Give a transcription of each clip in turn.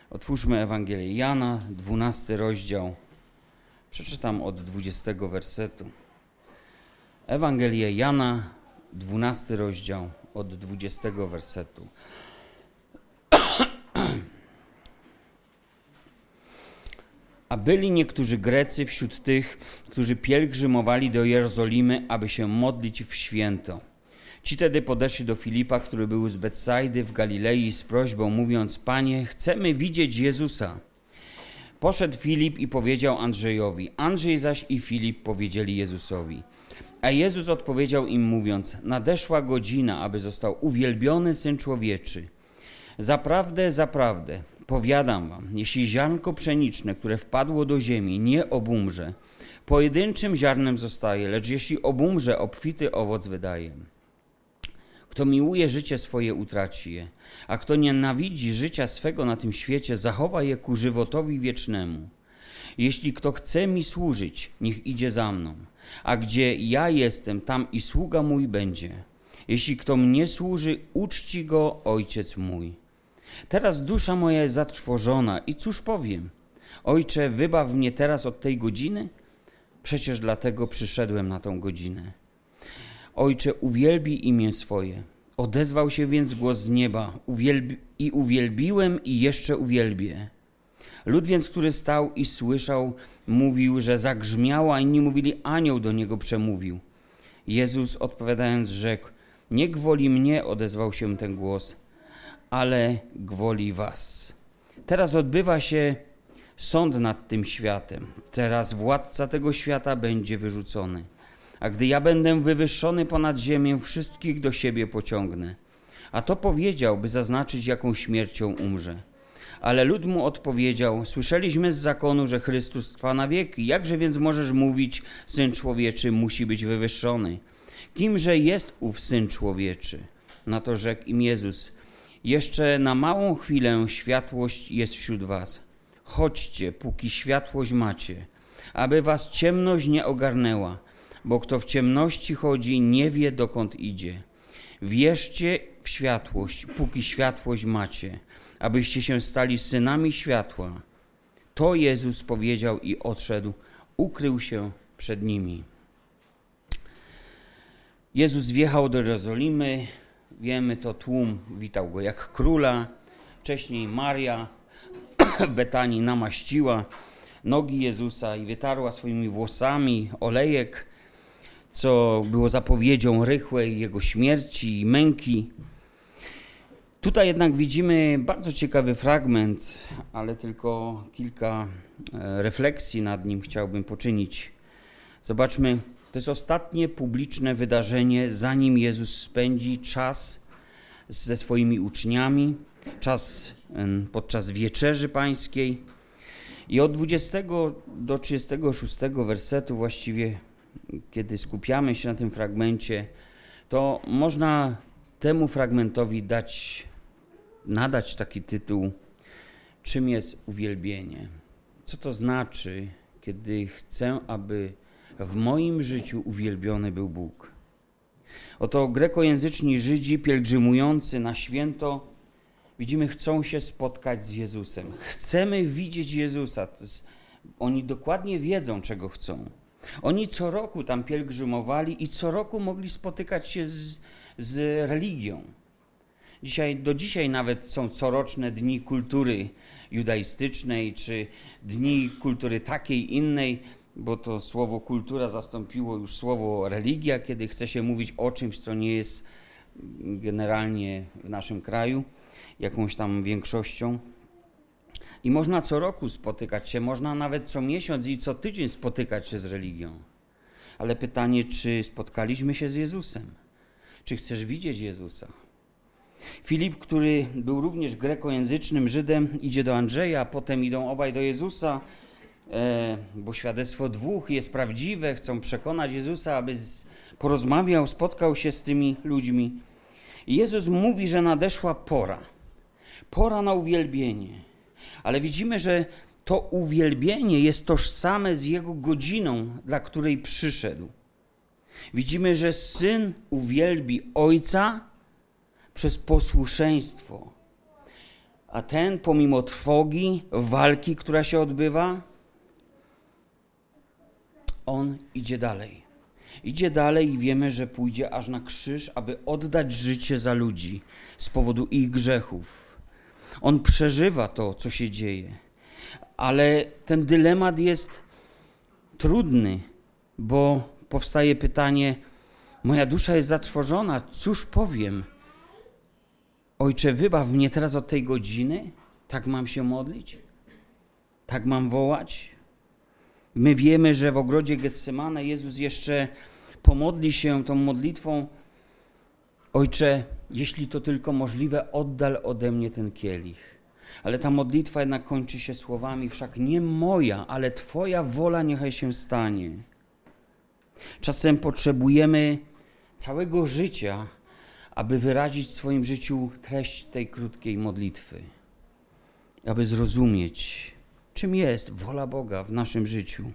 Otwórzmy Ewangelię Jana, 12 rozdział. Przeczytam od 20 wersetu. Ewangelię Jana, 12 rozdział, od 20 wersetu. A byli niektórzy Grecy wśród tych, którzy pielgrzymowali do Jerozolimy, aby się modlić w święto. Ci tedy podeszli do Filipa, który był z Betsajdy w Galilei, z prośbą, mówiąc: Panie, chcemy widzieć Jezusa. Poszedł Filip i powiedział Andrzejowi. Andrzej zaś i Filip powiedzieli Jezusowi. A Jezus odpowiedział im, mówiąc: nadeszła godzina, aby został uwielbiony Syn Człowieczy. Zaprawdę, zaprawdę, powiadam wam, jeśli ziarnko pszeniczne, które wpadło do ziemi, nie obumrze, pojedynczym ziarnem zostaje, lecz jeśli obumrze, obfity owoc wydaje. Kto miłuje życie swoje, utraci je, a kto nienawidzi życia swego na tym świecie, zachowa je ku żywotowi wiecznemu. Jeśli kto chce mi służyć, niech idzie za mną, a gdzie ja jestem, tam i sługa mój będzie. Jeśli kto mnie służy, uczci go Ojciec mój. Teraz dusza moja jest zatrwożona i cóż powiem? Ojcze, wybaw mnie teraz od tej godziny? Przecież dlatego przyszedłem na tą godzinę. Ojcze, uwielbij imię swoje. Odezwał się więc głos z nieba. Uwielbiłem i jeszcze uwielbię. Lud więc, który stał i słyszał, mówił, że zagrzmiało, a inni mówili, anioł do niego przemówił. Jezus odpowiadając rzekł: nie gwoli mnie, odezwał się ten głos, ale gwoli was. Teraz odbywa się sąd nad tym światem. Teraz władca tego świata będzie wyrzucony. A gdy ja będę wywyższony ponad ziemię, wszystkich do siebie pociągnę. A to powiedział, by zaznaczyć, jaką śmiercią umrze. Ale lud mu odpowiedział: słyszeliśmy z zakonu, że Chrystus trwa na wieki. Jakże więc możesz mówić, Syn Człowieczy musi być wywyższony? Kimże jest ów Syn Człowieczy? Na to rzekł im Jezus: jeszcze na małą chwilę światłość jest wśród was. Chodźcie, póki światłość macie, aby was ciemność nie ogarnęła, bo kto w ciemności chodzi, nie wie, dokąd idzie. Wierzcie w światłość, póki światłość macie, abyście się stali synami światła. To Jezus powiedział i odszedł, ukrył się przed nimi. Jezus wjechał do Jerozolimy. Wiemy, to tłum witał go jak króla. Wcześniej Maria w Betanii namaściła nogi Jezusa i wytarła swoimi włosami olejek, co było zapowiedzią rychłej jego śmierci i męki. Tutaj jednak widzimy bardzo ciekawy fragment, ale tylko kilka refleksji nad nim chciałbym poczynić. Zobaczmy, to jest ostatnie publiczne wydarzenie, zanim Jezus spędzi czas ze swoimi uczniami, czas podczas wieczerzy pańskiej. I od 20 do 36 wersetu właściwie, kiedy skupiamy się na tym fragmencie, to można temu fragmentowi nadać taki tytuł: czym jest uwielbienie? Co to znaczy, kiedy chcę, aby w moim życiu uwielbiony był Bóg? Oto grekojęzyczni Żydzi pielgrzymujący na święto, widzimy, chcą się spotkać z Jezusem. Chcemy widzieć Jezusa. Oni dokładnie wiedzą, czego chcą. Oni co roku tam pielgrzymowali i co roku mogli spotykać się z religią. Do dzisiaj nawet są coroczne dni kultury judaistycznej, czy dni kultury takiej innej, bo to słowo kultura zastąpiło już słowo religia, kiedy chce się mówić o czymś, co nie jest generalnie w naszym kraju jakąś tam większością. I można co roku spotykać się, można nawet co miesiąc i co tydzień spotykać się z religią. Ale pytanie, czy spotkaliśmy się z Jezusem? Czy chcesz widzieć Jezusa? Filip, który był również grekojęzycznym Żydem, idzie do Andrzeja, a potem idą obaj do Jezusa, bo świadectwo dwóch jest prawdziwe, chcą przekonać Jezusa, aby porozmawiał, spotkał się z tymi ludźmi. I Jezus mówi, że nadeszła pora na uwielbienie. Ale widzimy, że to uwielbienie jest tożsame z Jego godziną, dla której przyszedł. Widzimy, że Syn uwielbi Ojca przez posłuszeństwo. A ten, pomimo trwogi, walki, która się odbywa, on idzie dalej. Idzie dalej i wiemy, że pójdzie aż na krzyż, aby oddać życie za ludzi z powodu ich grzechów. On przeżywa to, co się dzieje. Ale ten dylemat jest trudny, bo powstaje pytanie, moja dusza jest zatrwożona, cóż powiem? Ojcze, wybaw mnie teraz od tej godziny? Tak mam się modlić? Tak mam wołać? My wiemy, że w ogrodzie Getsemane Jezus jeszcze pomodli się tą modlitwą. Ojcze, jeśli to tylko możliwe, oddal ode mnie ten kielich. Ale ta modlitwa jednak kończy się słowami, wszak nie moja, ale Twoja wola niechaj się stanie. Czasem potrzebujemy całego życia, aby wyrazić w swoim życiu treść tej krótkiej modlitwy. Aby zrozumieć, czym jest wola Boga w naszym życiu.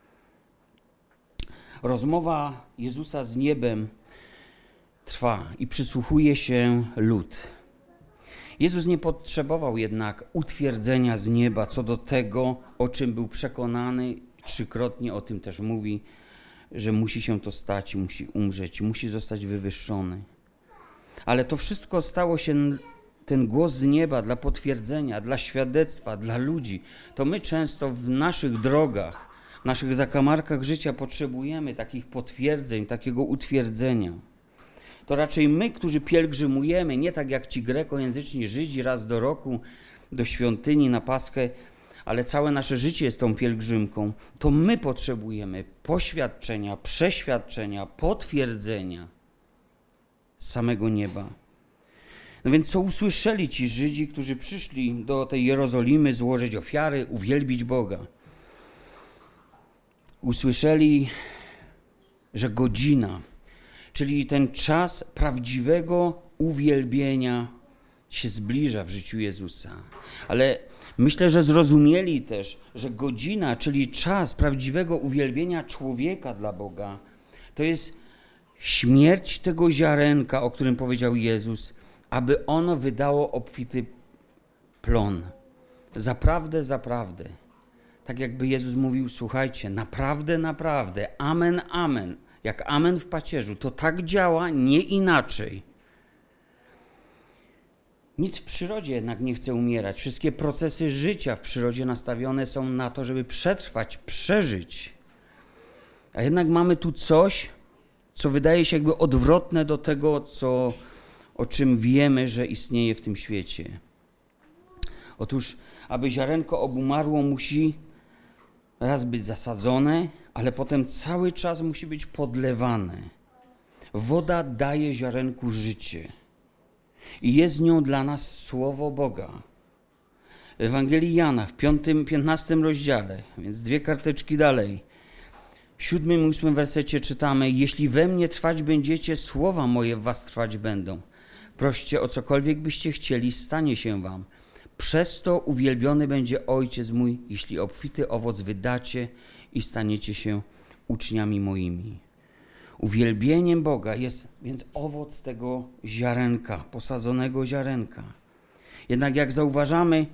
Rozmowa Jezusa z niebem trwa i przysłuchuje się lud. Jezus nie potrzebował jednak utwierdzenia z nieba co do tego, o czym był przekonany, trzykrotnie o tym też mówi, że musi się to stać, musi umrzeć, musi zostać wywyższony. Ale to wszystko stało się, ten głos z nieba dla potwierdzenia, dla świadectwa, dla ludzi. To my często w naszych drogach, w naszych zakamarkach życia potrzebujemy takich potwierdzeń, takiego utwierdzenia. To raczej my, którzy pielgrzymujemy, nie tak jak ci grekojęzyczni Żydzi raz do roku do świątyni na Paschę, ale całe nasze życie jest tą pielgrzymką, to my potrzebujemy poświadczenia, przeświadczenia, potwierdzenia z samego nieba. No więc co usłyszeli ci Żydzi, którzy przyszli do tej Jerozolimy złożyć ofiary, uwielbić Boga? Usłyszeli, że godzina, czyli ten czas prawdziwego uwielbienia się zbliża w życiu Jezusa. Ale myślę, że zrozumieli też, że godzina, czyli czas prawdziwego uwielbienia człowieka dla Boga, to jest śmierć tego ziarenka, o którym powiedział Jezus, aby ono wydało obfity plon. Zaprawdę, zaprawdę. Tak jakby Jezus mówił, słuchajcie, naprawdę, naprawdę, amen, amen. Jak amen w pacierzu, to tak działa, nie inaczej. Nic w przyrodzie jednak nie chce umierać. Wszystkie procesy życia w przyrodzie nastawione są na to, żeby przetrwać, przeżyć. A jednak mamy tu coś, co wydaje się jakby odwrotne do tego, o czym wiemy, że istnieje w tym świecie. Otóż, aby ziarenko obumarło, musi raz być zasadzone, ale potem cały czas musi być podlewane. Woda daje ziarenku życie i jest nią dla nas Słowo Boga. W Ewangelii Jana w 15 rozdziale, więc 2 karteczki dalej, w 7 i 8 wersecie czytamy: jeśli we mnie trwać będziecie, słowa moje w was trwać będą. Proście o cokolwiek byście chcieli, stanie się wam. Przez to uwielbiony będzie Ojciec mój, jeśli obfity owoc wydacie i staniecie się uczniami moimi. Uwielbieniem Boga jest więc owoc tego ziarenka, posadzonego ziarenka. Jednak jak zauważamy,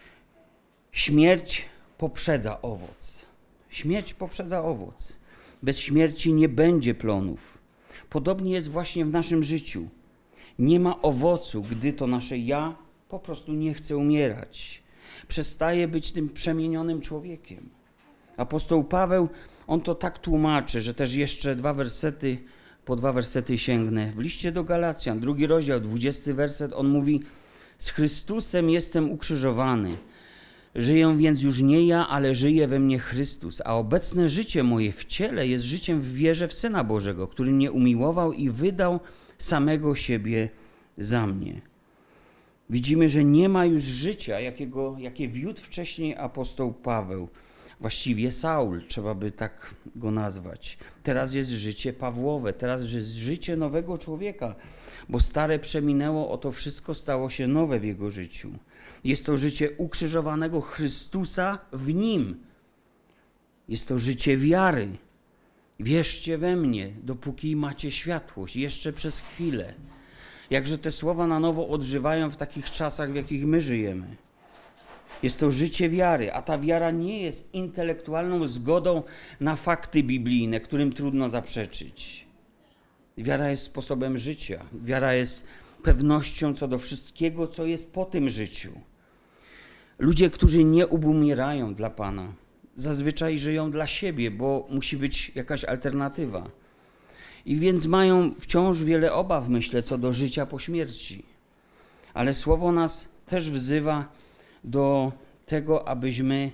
śmierć poprzedza owoc. Śmierć poprzedza owoc. Bez śmierci nie będzie plonów. Podobnie jest właśnie w naszym życiu. Nie ma owocu, gdy to nasze ja po prostu nie chce umierać. Przestaje być tym przemienionym człowiekiem. Apostoł Paweł, on to tak tłumaczy, że też jeszcze 2 wersety sięgnę. W liście do Galacjan, 2 rozdział, 20 werset, on mówi: z Chrystusem jestem ukrzyżowany. Żyję więc już nie ja, ale żyje we mnie Chrystus, a obecne życie moje w ciele jest życiem w wierze w Syna Bożego, który mnie umiłował i wydał samego siebie za mnie. Widzimy, że nie ma już życia, jakie wiódł wcześniej apostoł Paweł. Właściwie Saul, trzeba by tak go nazwać. Teraz jest życie Pawłowe, teraz jest życie nowego człowieka, bo stare przeminęło, oto wszystko stało się nowe w jego życiu. Jest to życie ukrzyżowanego Chrystusa w Nim. Jest to życie wiary. Wierzcie we mnie, dopóki macie światłość, jeszcze przez chwilę. Jakże te słowa na nowo odżywają w takich czasach, w jakich my żyjemy. Jest to życie wiary, a ta wiara nie jest intelektualną zgodą na fakty biblijne, którym trudno zaprzeczyć. Wiara jest sposobem życia. Wiara jest pewnością co do wszystkiego, co jest po tym życiu. Ludzie, którzy nie obumierają dla Pana, zazwyczaj żyją dla siebie, bo musi być jakaś alternatywa. I więc mają wciąż wiele obaw, myślę, co do życia po śmierci. Ale Słowo nas też wzywa do tego, abyśmy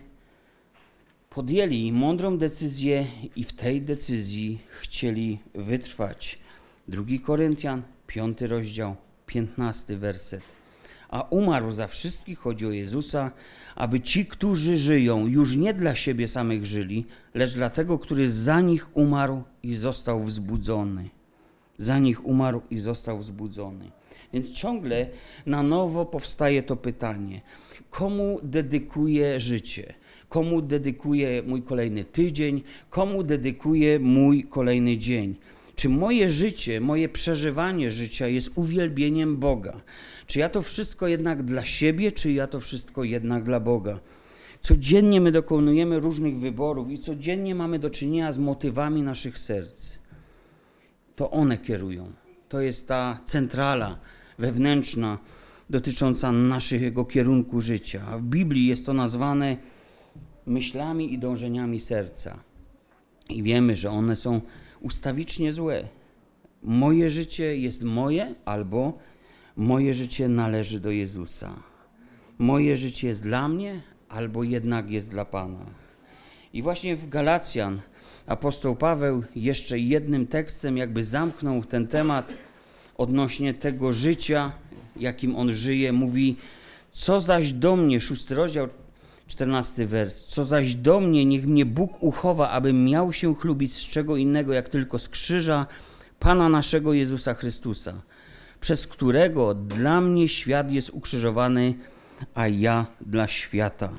podjęli mądrą decyzję i w tej decyzji chcieli wytrwać. 2 Koryntian, 5 rozdział, 15 werset. A umarł za wszystkich, chodzi o Jezusa, aby ci, którzy żyją, już nie dla siebie samych żyli, lecz dla tego, który za nich umarł i został wzbudzony. Za nich umarł i został wzbudzony. Więc ciągle na nowo powstaje to pytanie, komu dedykuję życie? Komu dedykuję mój kolejny tydzień? Komu dedykuję mój kolejny dzień? Czy moje życie, moje przeżywanie życia jest uwielbieniem Boga? Czy ja to wszystko jednak dla siebie, czy ja to wszystko jednak dla Boga? Codziennie my dokonujemy różnych wyborów i codziennie mamy do czynienia z motywami naszych serc. To one kierują. To jest ta centrala wewnętrzna dotycząca naszego kierunku życia. A w Biblii jest to nazwane myślami i dążeniami serca. I wiemy, że one są ustawicznie złe. Moje życie jest moje, albo moje życie należy do Jezusa. Moje życie jest dla mnie, albo jednak jest dla Pana. I właśnie w Galacjan apostoł Paweł jeszcze jednym tekstem jakby zamknął ten temat odnośnie tego życia, jakim on żyje. Mówi, co zaś do mnie, 6 rozdział, 14 wers, co zaś do mnie, niech mnie Bóg uchowa, abym miał się chlubić z czego innego, jak tylko z krzyża Pana naszego Jezusa Chrystusa, przez którego dla mnie świat jest ukrzyżowany, a ja dla świata.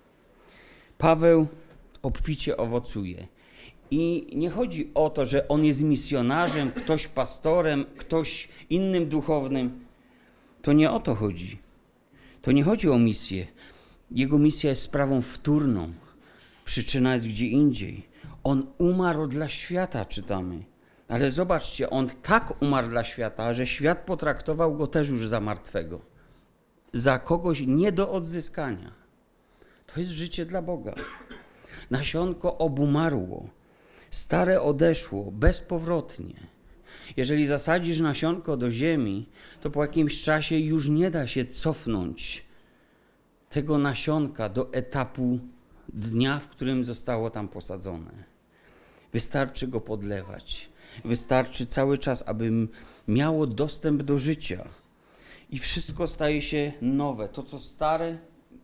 Paweł obficie owocuje. I nie chodzi o to, że on jest misjonarzem, ktoś pastorem, ktoś innym duchownym. To nie o to chodzi. To nie chodzi o misję. Jego misja jest sprawą wtórną. Przyczyna jest gdzie indziej. On umarł dla świata, czytamy. Ale zobaczcie, on tak umarł dla świata, że świat potraktował go też już za martwego. Za kogoś nie do odzyskania. To jest życie dla Boga. Nasionko obumarło. Stare odeszło bezpowrotnie. Jeżeli zasadzisz nasionko do ziemi, to po jakimś czasie już nie da się cofnąć tego nasionka do etapu dnia, w którym zostało tam posadzone. Wystarczy go podlewać. Wystarczy cały czas, aby miało dostęp do życia. I wszystko staje się nowe. To, co stare,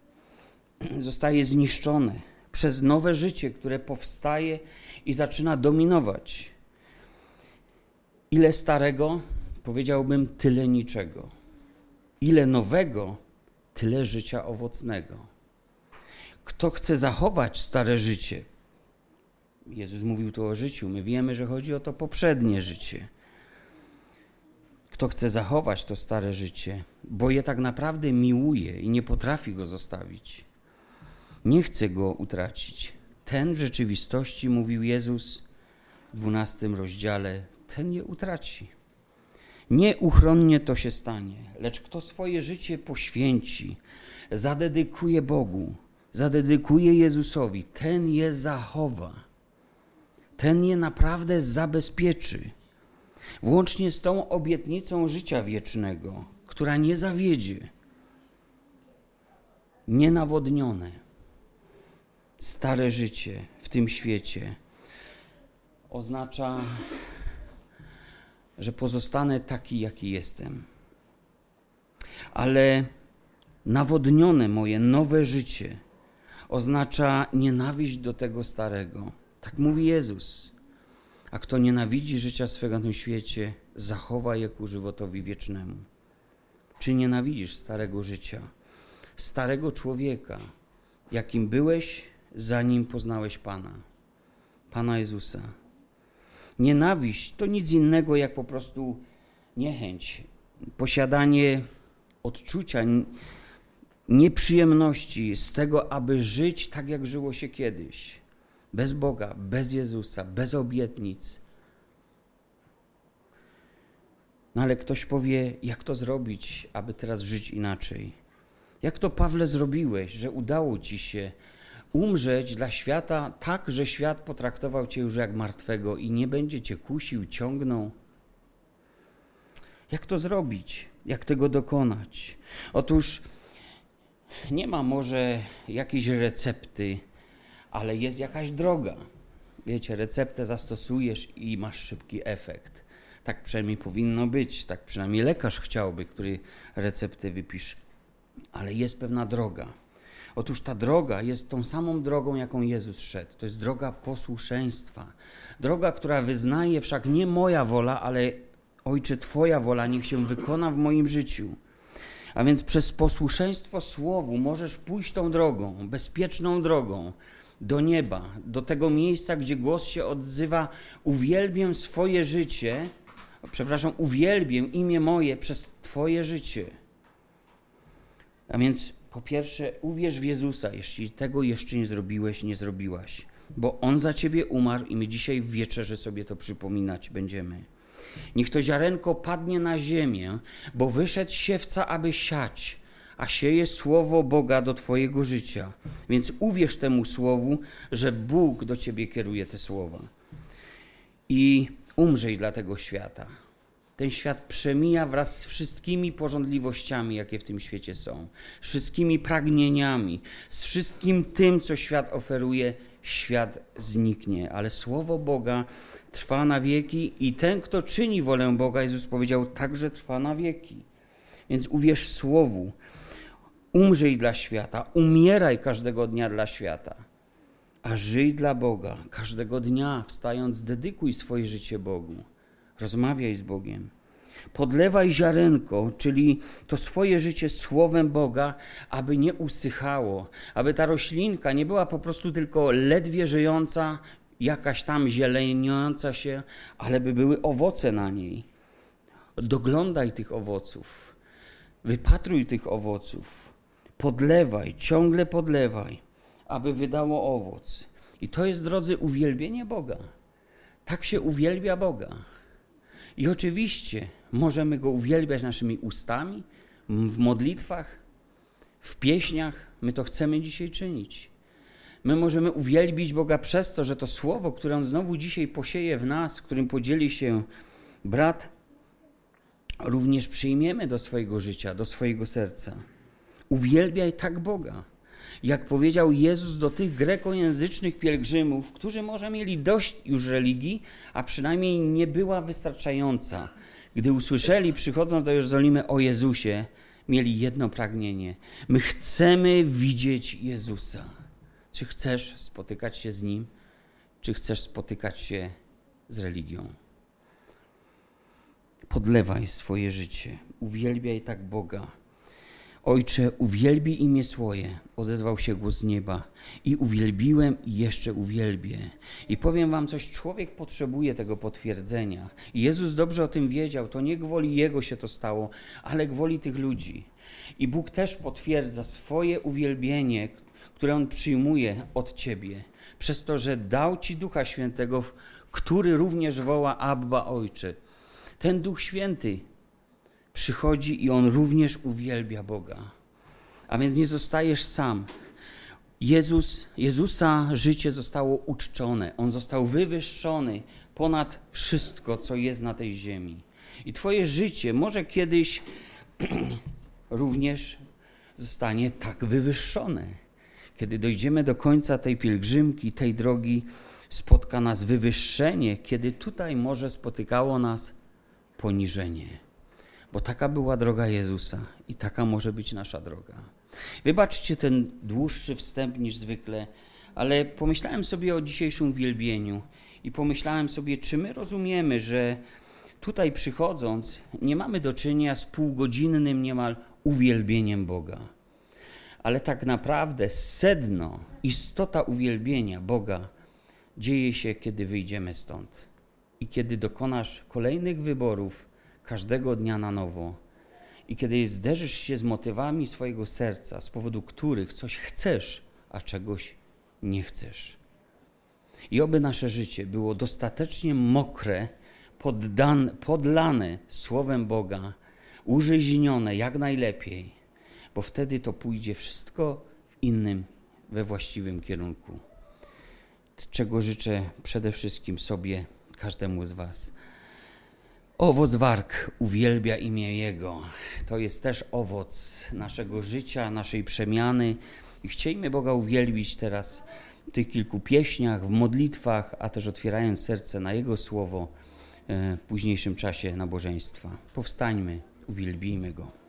zostaje zniszczone przez nowe życie, które powstaje i zaczyna dominować. Ile starego, powiedziałbym, tyle niczego. Ile nowego, tyle życia owocnego. Kto chce zachować stare życie? Jezus mówił tu o życiu. My wiemy, że chodzi o to poprzednie życie. Kto chce zachować to stare życie, bo je tak naprawdę miłuje i nie potrafi go zostawić. Nie chce go utracić. Ten w rzeczywistości, mówił Jezus w 12 rozdziale, ten nie utraci. Nieuchronnie to się stanie, lecz kto swoje życie poświęci, zadedykuje Bogu, zadedykuje Jezusowi, ten je zachowa. Ten je naprawdę zabezpieczy. Włącznie z tą obietnicą życia wiecznego, która nie zawiedzie. Nienawodnione, stare życie w tym świecie oznacza, że pozostanę taki, jaki jestem. Ale nawodnione moje nowe życie oznacza nienawiść do tego starego. Tak mówi Jezus. A kto nienawidzi życia swego na tym świecie, zachowa je ku żywotowi wiecznemu. Czy nienawidzisz starego życia, starego człowieka, jakim byłeś, zanim poznałeś Pana Jezusa? Nienawiść to nic innego jak po prostu niechęć posiadanie odczucia nieprzyjemności z tego, aby żyć tak, jak żyło się kiedyś. Bez Boga, bez Jezusa, bez obietnic. No ale ktoś powie, jak to zrobić, aby teraz żyć inaczej? Jak to, Pawle, zrobiłeś, że udało ci się umrzeć dla świata tak, że świat potraktował cię już jak martwego i nie będzie cię kusił, ciągnął? Jak to zrobić? Jak tego dokonać? Otóż nie ma może jakiejś recepty, ale jest jakaś droga. Wiecie, receptę zastosujesz i masz szybki efekt. Tak przynajmniej powinno być, tak przynajmniej lekarz chciałby, który receptę wypisze. Ale jest pewna droga. Otóż ta droga jest tą samą drogą, jaką Jezus szedł. To jest droga posłuszeństwa. Droga, która wyznaje wszak nie moja wola, ale Ojcze, Twoja wola niech się wykona w moim życiu. A więc przez posłuszeństwo Słowu możesz pójść tą drogą, bezpieczną drogą do nieba, do tego miejsca, gdzie głos się odzywa: uwielbię swoje życie, uwielbię imię moje przez Twoje życie. A więc po pierwsze uwierz w Jezusa, jeśli tego jeszcze nie zrobiłeś, nie zrobiłaś, bo On za ciebie umarł i my dzisiaj w wieczerzy sobie to przypominać będziemy. Niech to ziarenko padnie na ziemię, bo wyszedł siewca, aby siać, a sieje słowo Boga do twojego życia. Więc uwierz temu słowu, że Bóg do ciebie kieruje te słowa. I umrzyj dla tego świata. Ten świat przemija wraz z wszystkimi pożądliwościami, jakie w tym świecie są. Z wszystkimi pragnieniami, z wszystkim tym, co świat oferuje. Świat zniknie, ale słowo Boga trwa na wieki i ten, kto czyni wolę Boga, Jezus powiedział, także trwa na wieki. Więc uwierz słowu, umrzyj dla świata, umieraj każdego dnia dla świata, a żyj dla Boga. Każdego dnia wstając, dedykuj swoje życie Bogu. Rozmawiaj z Bogiem. Podlewaj ziarenko, czyli to swoje życie słowem Boga, aby nie usychało, aby ta roślinka nie była po prostu tylko ledwie żyjąca, jakaś tam zieleniąca się, ale by były owoce na niej. Doglądaj tych owoców, wypatruj tych owoców, podlewaj, ciągle podlewaj, aby wydało owoc. I to jest, drodzy, uwielbienie Boga. Tak się uwielbia Boga. I oczywiście możemy Go uwielbiać naszymi ustami, w modlitwach, w pieśniach. My to chcemy dzisiaj czynić. My możemy uwielbić Boga przez to, że to słowo, które On znowu dzisiaj posieje w nas, którym podzieli się brat, również przyjmiemy do swojego życia, do swojego serca. Uwielbiaj tak Boga. Jak powiedział Jezus do tych grekojęzycznych pielgrzymów, którzy może mieli dość już religii, a przynajmniej nie była wystarczająca. Gdy usłyszeli, przychodząc do Jerozolimy, o Jezusie, mieli jedno pragnienie. My chcemy widzieć Jezusa. Czy chcesz spotykać się z Nim, czy chcesz spotykać się z religią? Podlewaj swoje życie, uwielbiaj tak Boga. Ojcze, uwielbij imię swoje, odezwał się głos z nieba. I uwielbiłem i jeszcze uwielbię. I powiem wam coś, człowiek potrzebuje tego potwierdzenia. I Jezus dobrze o tym wiedział, to nie gwoli Jego się to stało, ale gwoli tych ludzi. I Bóg też potwierdza swoje uwielbienie, które On przyjmuje od ciebie, przez to, że dał ci Ducha Świętego, który również woła Abba, Ojcze. Ten Duch Święty przychodzi i On również uwielbia Boga. A więc nie zostajesz sam. Jezusa życie zostało uczczone. On został wywyższony ponad wszystko, co jest na tej ziemi. I twoje życie może kiedyś również zostanie tak wywyższone. Kiedy dojdziemy do końca tej pielgrzymki, tej drogi, spotka nas wywyższenie, kiedy tutaj może spotykało nas poniżenie. Bo taka była droga Jezusa i taka może być nasza droga. Wybaczcie ten dłuższy wstęp niż zwykle, ale pomyślałem sobie o dzisiejszym uwielbieniu i pomyślałem sobie, czy my rozumiemy, że tutaj przychodząc nie mamy do czynienia z półgodzinnym niemal uwielbieniem Boga. Ale tak naprawdę sedno, istota uwielbienia Boga dzieje się, kiedy wyjdziemy stąd i kiedy dokonasz kolejnych wyborów każdego dnia na nowo, I kiedy zderzysz się z motywami swojego serca, z powodu których coś chcesz, a czegoś nie chcesz. I oby nasze życie było dostatecznie mokre, podlane Słowem Boga, użyźnione jak najlepiej, bo wtedy to pójdzie wszystko w innym, we właściwym kierunku. Czego życzę przede wszystkim sobie, każdemu z was. Owoc warg uwielbia imię Jego. To jest też owoc naszego życia, naszej przemiany. I chciejmy Boga uwielbić teraz w tych kilku pieśniach, w modlitwach, a też otwierając serce na Jego Słowo w późniejszym czasie nabożeństwa. Powstańmy, uwielbijmy Go.